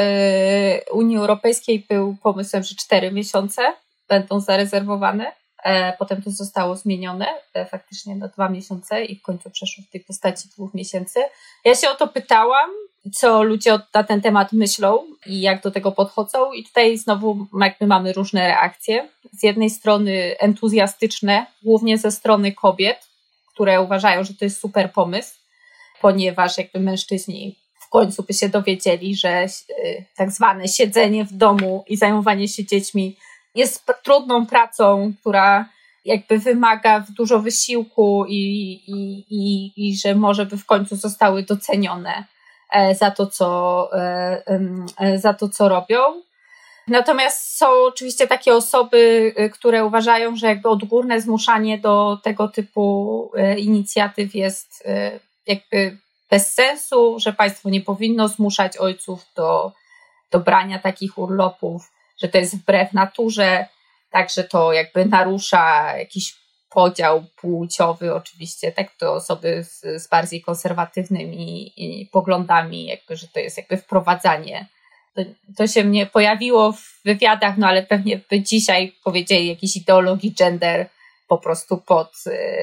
Unii Europejskiej był pomysłem, że cztery miesiące będą zarezerwowane. Potem to zostało zmienione faktycznie na dwa miesiące i w końcu przeszło w tej postaci dwóch miesięcy. Ja się o to pytałam, co ludzie na ten temat myślą i jak do tego podchodzą i tutaj znowu jakby mamy różne reakcje. Z jednej strony entuzjastyczne, głównie ze strony kobiet, które uważają, że to jest super pomysł, ponieważ jakby mężczyźni w końcu by się dowiedzieli, że tak zwane siedzenie w domu i zajmowanie się dziećmi jest trudną pracą, która jakby wymaga dużo wysiłku i, i, i, i że może by w końcu zostały docenione za to, co, za to, co robią. Natomiast są oczywiście takie osoby, które uważają, że jakby odgórne zmuszanie do tego typu inicjatyw jest jakby bez sensu, że państwo nie powinno zmuszać ojców do, do brania takich urlopów, że to jest wbrew naturze, także to jakby narusza jakiś podział płciowy oczywiście, tak, to osoby z, z bardziej konserwatywnymi i poglądami, jakby, że to jest jakby wprowadzanie. To, to się mnie pojawiło w wywiadach, no ale pewnie by dzisiaj powiedzieli jakiejś ideologii gender po prostu pod,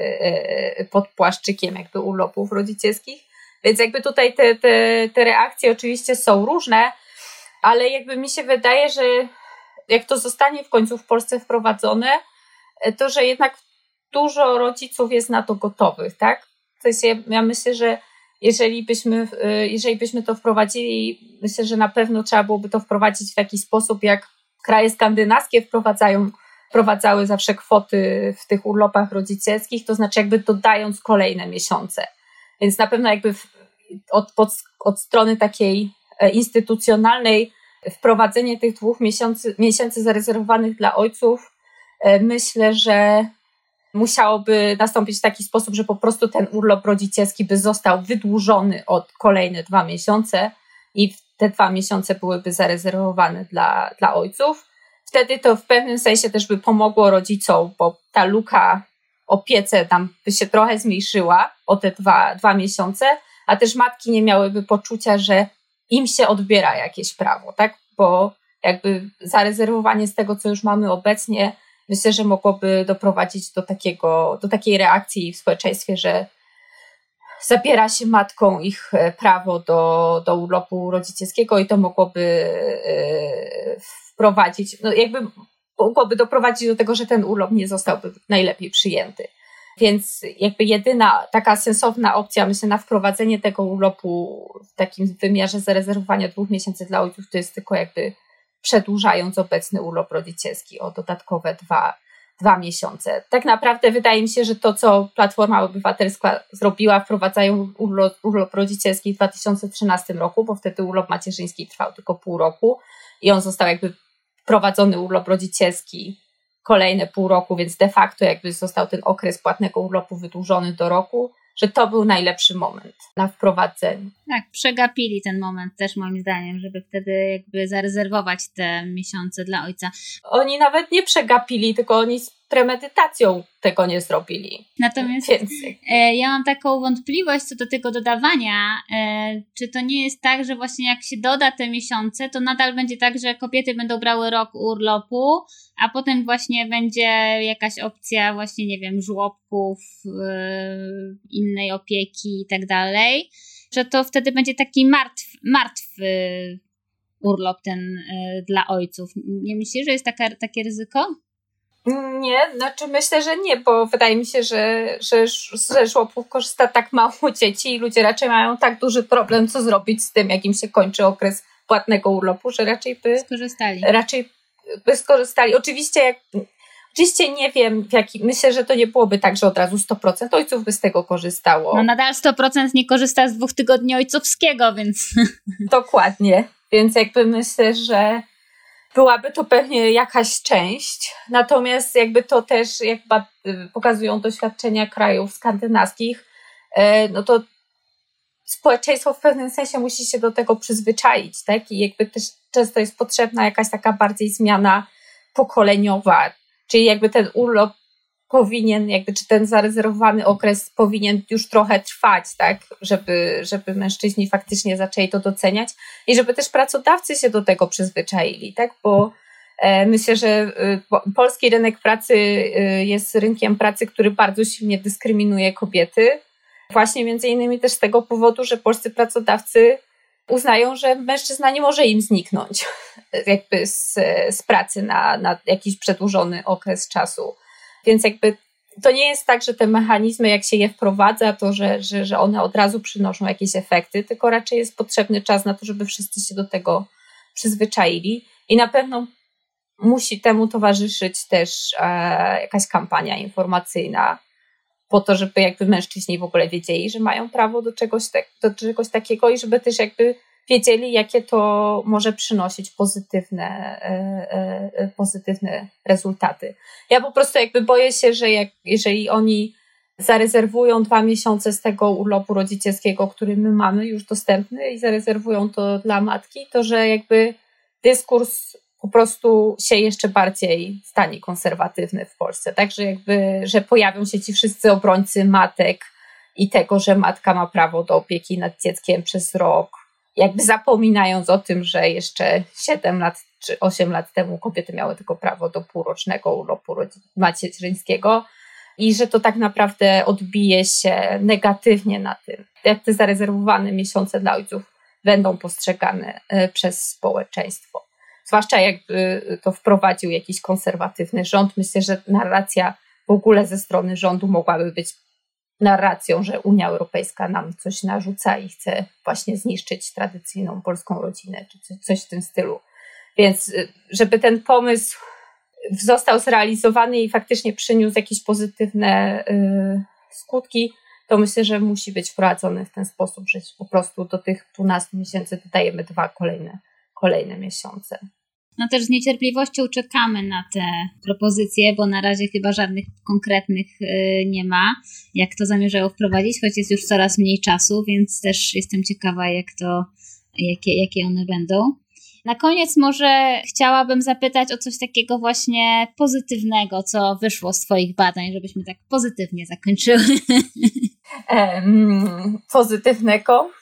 yy, pod płaszczykiem jakby urlopów rodzicielskich. Więc jakby tutaj te, te, te reakcje oczywiście są różne, ale jakby mi się wydaje, że jak to zostanie w końcu w Polsce wprowadzone, to że jednak dużo rodziców jest na to gotowych, tak? W sensie ja myślę, że jeżeli byśmy, jeżeli byśmy to wprowadzili, myślę, że na pewno trzeba byłoby to wprowadzić w taki sposób, jak kraje skandynawskie wprowadzają, wprowadzały zawsze kwoty w tych urlopach rodzicielskich, to znaczy jakby dodając kolejne miesiące. Więc na pewno jakby od, od, od strony takiej instytucjonalnej wprowadzenie tych dwóch miesięcy, miesięcy zarezerwowanych dla ojców, myślę, że musiałoby nastąpić w taki sposób, że po prostu ten urlop rodzicielski by został wydłużony od kolejne dwa miesiące i te dwa miesiące byłyby zarezerwowane dla, dla ojców. Wtedy to w pewnym sensie też by pomogło rodzicom, bo ta luka opiece tam by się trochę zmniejszyła o te dwa, dwa miesiące, a też matki nie miałyby poczucia, że im się odbiera jakieś prawo, tak? Bo jakby zarezerwowanie z tego, co już mamy obecnie, myślę, że mogłoby doprowadzić do takiego, do takiej reakcji w społeczeństwie, że zabiera się matkom ich prawo do, do urlopu rodzicielskiego i to mogłoby wprowadzić, no jakby mogłoby doprowadzić do tego, że ten urlop nie zostałby najlepiej przyjęty. Więc jakby jedyna taka sensowna opcja, myślę, na wprowadzenie tego urlopu w takim wymiarze zarezerwowania dwóch miesięcy dla ojców, to jest tylko jakby przedłużając obecny urlop rodzicielski o dodatkowe dwa, dwa miesiące. Tak naprawdę wydaje mi się, że to, co Platforma Obywatelska zrobiła, wprowadzają urlop, urlop rodzicielski w dwa tysiące trzynastym roku, bo wtedy urlop macierzyński trwał tylko pół roku i on został jakby wprowadzony urlop rodzicielski kolejne pół roku, więc de facto jakby został ten okres płatnego urlopu wydłużony do roku, że to był najlepszy moment na wprowadzenie. Tak, przegapili ten moment też moim zdaniem, żeby wtedy jakby zarezerwować te miesiące dla ojca. Oni nawet nie przegapili, tylko oni z premedytacją tego nie zrobili. Natomiast Więc... e, ja mam taką wątpliwość co do tego dodawania, e, czy to nie jest tak, że właśnie jak się doda te miesiące, to nadal będzie tak, że kobiety będą brały rok urlopu, a potem właśnie będzie jakaś opcja właśnie, nie wiem, żłobków, e, innej opieki i tak dalej, że to wtedy będzie taki martw, martwy urlop ten e, dla ojców. Nie myślisz, że jest taka, takie ryzyko? Nie, znaczy myślę, że nie, bo wydaje mi się, że, że ze żłobków korzysta tak mało dzieci i ludzie raczej mają tak duży problem, co zrobić z tym, jak im się kończy okres płatnego urlopu, że raczej by skorzystali. Raczej by skorzystali. Oczywiście, jak, oczywiście nie wiem, w jaki, myślę, że to nie byłoby tak, że od razu sto procent ojców by z tego korzystało. No nadal sto procent nie korzysta z dwóch tygodni ojcowskiego, więc... Dokładnie, więc jakby myślę, że byłaby to pewnie jakaś część, natomiast jakby to też, jak pokazują doświadczenia krajów skandynawskich, no to społeczeństwo w pewnym sensie musi się do tego przyzwyczaić, tak? I jakby też często jest potrzebna jakaś taka bardziej zmiana pokoleniowa, czyli jakby ten urlop powinien, jakby czy ten zarezerwowany okres powinien już trochę trwać, tak? Żeby, żeby mężczyźni faktycznie zaczęli to doceniać i żeby też pracodawcy się do tego przyzwyczaili, tak? Bo e, myślę, że e, polski rynek pracy e, jest rynkiem pracy, który bardzo silnie dyskryminuje kobiety. Właśnie między innymi też z tego powodu, że polscy pracodawcy uznają, że mężczyzna nie może im zniknąć jakby z, z pracy na, na jakiś przedłużony okres czasu. Więc jakby to nie jest tak, że te mechanizmy, jak się je wprowadza, to że, że, że one od razu przynoszą jakieś efekty, tylko raczej jest potrzebny czas na to, żeby wszyscy się do tego przyzwyczaili i na pewno musi temu towarzyszyć też e, jakaś kampania informacyjna po to, żeby jakby mężczyźni w ogóle wiedzieli, że mają prawo do czegoś, tak, do czegoś takiego i żeby też jakby wiedzieli, jakie to może przynosić pozytywne, e, e, pozytywne rezultaty. Ja po prostu jakby boję się, że jak, jeżeli oni zarezerwują dwa miesiące z tego urlopu rodzicielskiego, który my mamy już dostępny i zarezerwują to dla matki, to że jakby dyskurs po prostu się jeszcze bardziej stanie konserwatywny w Polsce. Także jakby, że pojawią się ci wszyscy obrońcy matek i tego, że matka ma prawo do opieki nad dzieckiem przez rok, jakby zapominając o tym, że jeszcze siedem lat czy osiem lat temu kobiety miały tylko prawo do półrocznego urlopu macierzyńskiego i że to tak naprawdę odbije się negatywnie na tym, jak te zarezerwowane miesiące dla ojców będą postrzegane przez społeczeństwo. Zwłaszcza jakby to wprowadził jakiś konserwatywny rząd. Myślę, że narracja w ogóle ze strony rządu mogłaby być narracją, że Unia Europejska nam coś narzuca i chce właśnie zniszczyć tradycyjną polską rodzinę, czy coś w tym stylu. Więc żeby ten pomysł został zrealizowany i faktycznie przyniósł jakieś pozytywne y, skutki, to myślę, że musi być wprowadzony w ten sposób, że po prostu do tych dwunastu miesięcy dodajemy dwa kolejne, kolejne miesiące. No też z niecierpliwością czekamy na te propozycje, bo na razie chyba żadnych konkretnych y, nie ma, jak to zamierzają wprowadzić, choć jest już coraz mniej czasu, więc też jestem ciekawa, jak to, jakie, jakie one będą. Na koniec może chciałabym zapytać o coś takiego właśnie pozytywnego, co wyszło z Twoich badań, żebyśmy tak pozytywnie zakończyły. Um, pozytywnego?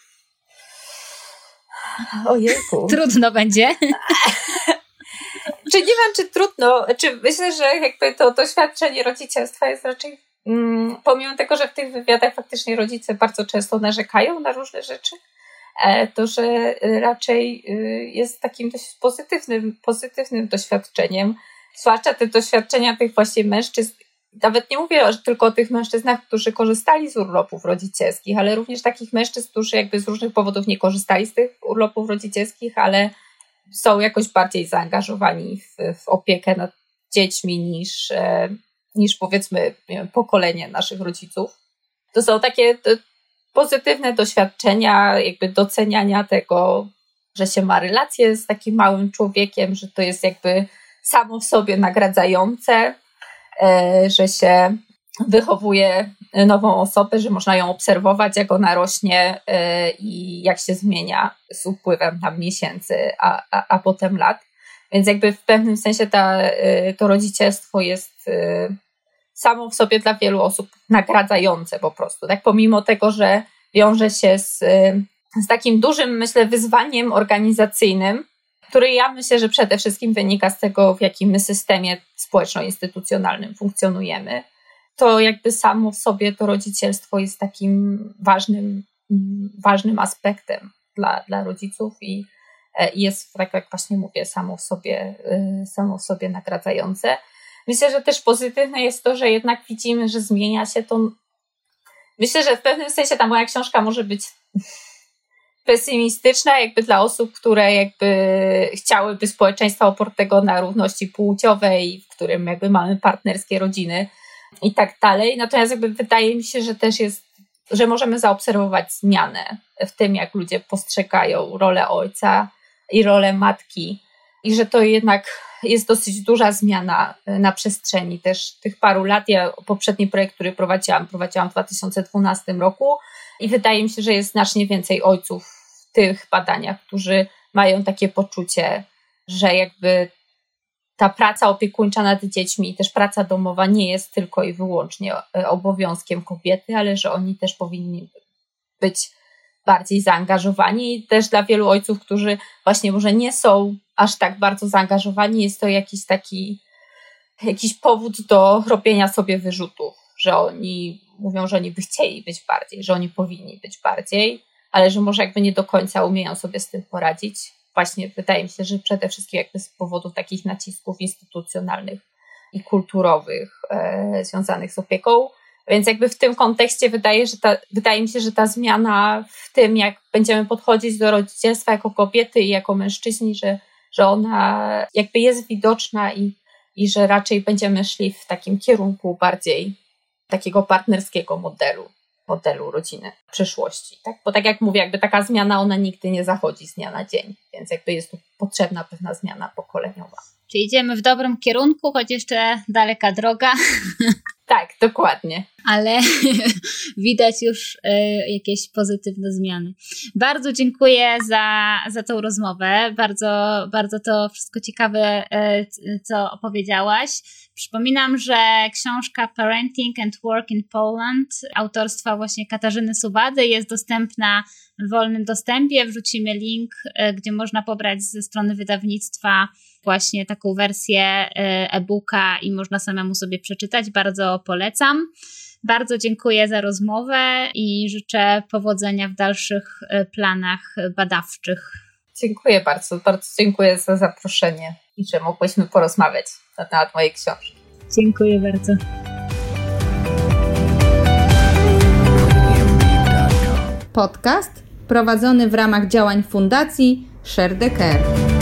Ojejku. Trudno będzie. Czy nie wiem, czy trudno, czy myślę, że jakby to doświadczenie rodzicielstwa jest raczej, mm, pomimo tego, że w tych wywiadach faktycznie rodzice bardzo często narzekają na różne rzeczy, to że raczej jest takim dość pozytywnym, pozytywnym doświadczeniem, zwłaszcza te doświadczenia tych właśnie mężczyzn. Nawet nie mówię tylko o tych mężczyznach, którzy korzystali z urlopów rodzicielskich, ale również takich mężczyzn, którzy jakby z różnych powodów nie korzystali z tych urlopów rodzicielskich, ale są jakoś bardziej zaangażowani w, w opiekę nad dziećmi niż, niż powiedzmy nie wiem, pokolenie naszych rodziców. To są takie to, pozytywne doświadczenia, jakby doceniania tego, że się ma relację z takim małym człowiekiem, że to jest jakby samo w sobie nagradzające, że się wychowuje nową osobę, że można ją obserwować, jak ona rośnie i jak się zmienia z upływem tam miesięcy, a, a, a potem lat. Więc jakby w pewnym sensie ta, to rodzicielstwo jest samo w sobie dla wielu osób nagradzające po prostu. Tak? Pomimo tego, że wiąże się z, z takim dużym, myślę, wyzwaniem organizacyjnym, który ja myślę, że przede wszystkim wynika z tego, w jakim my systemie społeczno-instytucjonalnym funkcjonujemy, to jakby samo w sobie to rodzicielstwo jest takim ważnym, ważnym aspektem dla, dla rodziców i jest, tak jak właśnie mówię, samo w sobie, samo w sobie nagradzające. Myślę, że też pozytywne jest to, że jednak widzimy, że zmienia się to. Myślę, że w pewnym sensie ta moja książka może być pesymistyczna jakby dla osób, które jakby chciałyby społeczeństwa opartego na równości płciowej, w którym jakby mamy partnerskie rodziny i tak dalej. Natomiast jakby wydaje mi się, że też jest, że możemy zaobserwować zmianę w tym, jak ludzie postrzegają rolę ojca i rolę matki i że to jednak jest dosyć duża zmiana na przestrzeni też tych paru lat. Ja poprzedni projekt, który prowadziłam, prowadziłam w dwa tysiące dwunastym roku i wydaje mi się, że jest znacznie więcej ojców w tych badaniach, którzy mają takie poczucie, że jakby ta praca opiekuńcza nad dziećmi i też praca domowa nie jest tylko i wyłącznie obowiązkiem kobiety, ale że oni też powinni być bardziej zaangażowani i też dla wielu ojców, którzy właśnie może nie są aż tak bardzo zaangażowani, jest to jakiś taki jakiś powód do robienia sobie wyrzutów, że oni mówią, że oni by chcieli być bardziej, że oni powinni być bardziej, ale że może jakby nie do końca umieją sobie z tym poradzić. Właśnie wydaje mi się, że przede wszystkim jakby z powodów takich nacisków instytucjonalnych i kulturowych e, związanych z opieką. Więc jakby w tym kontekście wydaje, że ta, wydaje mi się, że ta zmiana w tym, jak będziemy podchodzić do rodzicielstwa jako kobiety i jako mężczyźni, że, że ona jakby jest widoczna i, i że raczej będziemy szli w takim kierunku bardziej takiego partnerskiego modelu, modelu rodziny w przyszłości. Tak? Bo tak jak mówię, jakby taka zmiana, ona nigdy nie zachodzi z dnia na dzień, więc jakby jest tu potrzebna pewna zmiana pokoleniowa. Czyli idziemy w dobrym kierunku, choć jeszcze daleka droga. Tak, dokładnie. Ale widać już y, jakieś pozytywne zmiany. Bardzo dziękuję za, za tą rozmowę. Bardzo, bardzo to wszystko ciekawe, y, co opowiedziałaś. Przypominam, że książka Parenting and Work in Poland autorstwa właśnie Katarzyny Suwady jest dostępna w wolnym dostępie. Wrzucimy link, y, gdzie można pobrać ze strony wydawnictwa właśnie taką wersję e-booka i można samemu sobie przeczytać. Bardzo polecam. Bardzo dziękuję za rozmowę i życzę powodzenia w dalszych planach badawczych. Dziękuję bardzo. Bardzo dziękuję za zaproszenie i że mogłyśmy porozmawiać na temat mojej książki. Dziękuję bardzo. Podcast prowadzony w ramach działań Fundacji Share the Care.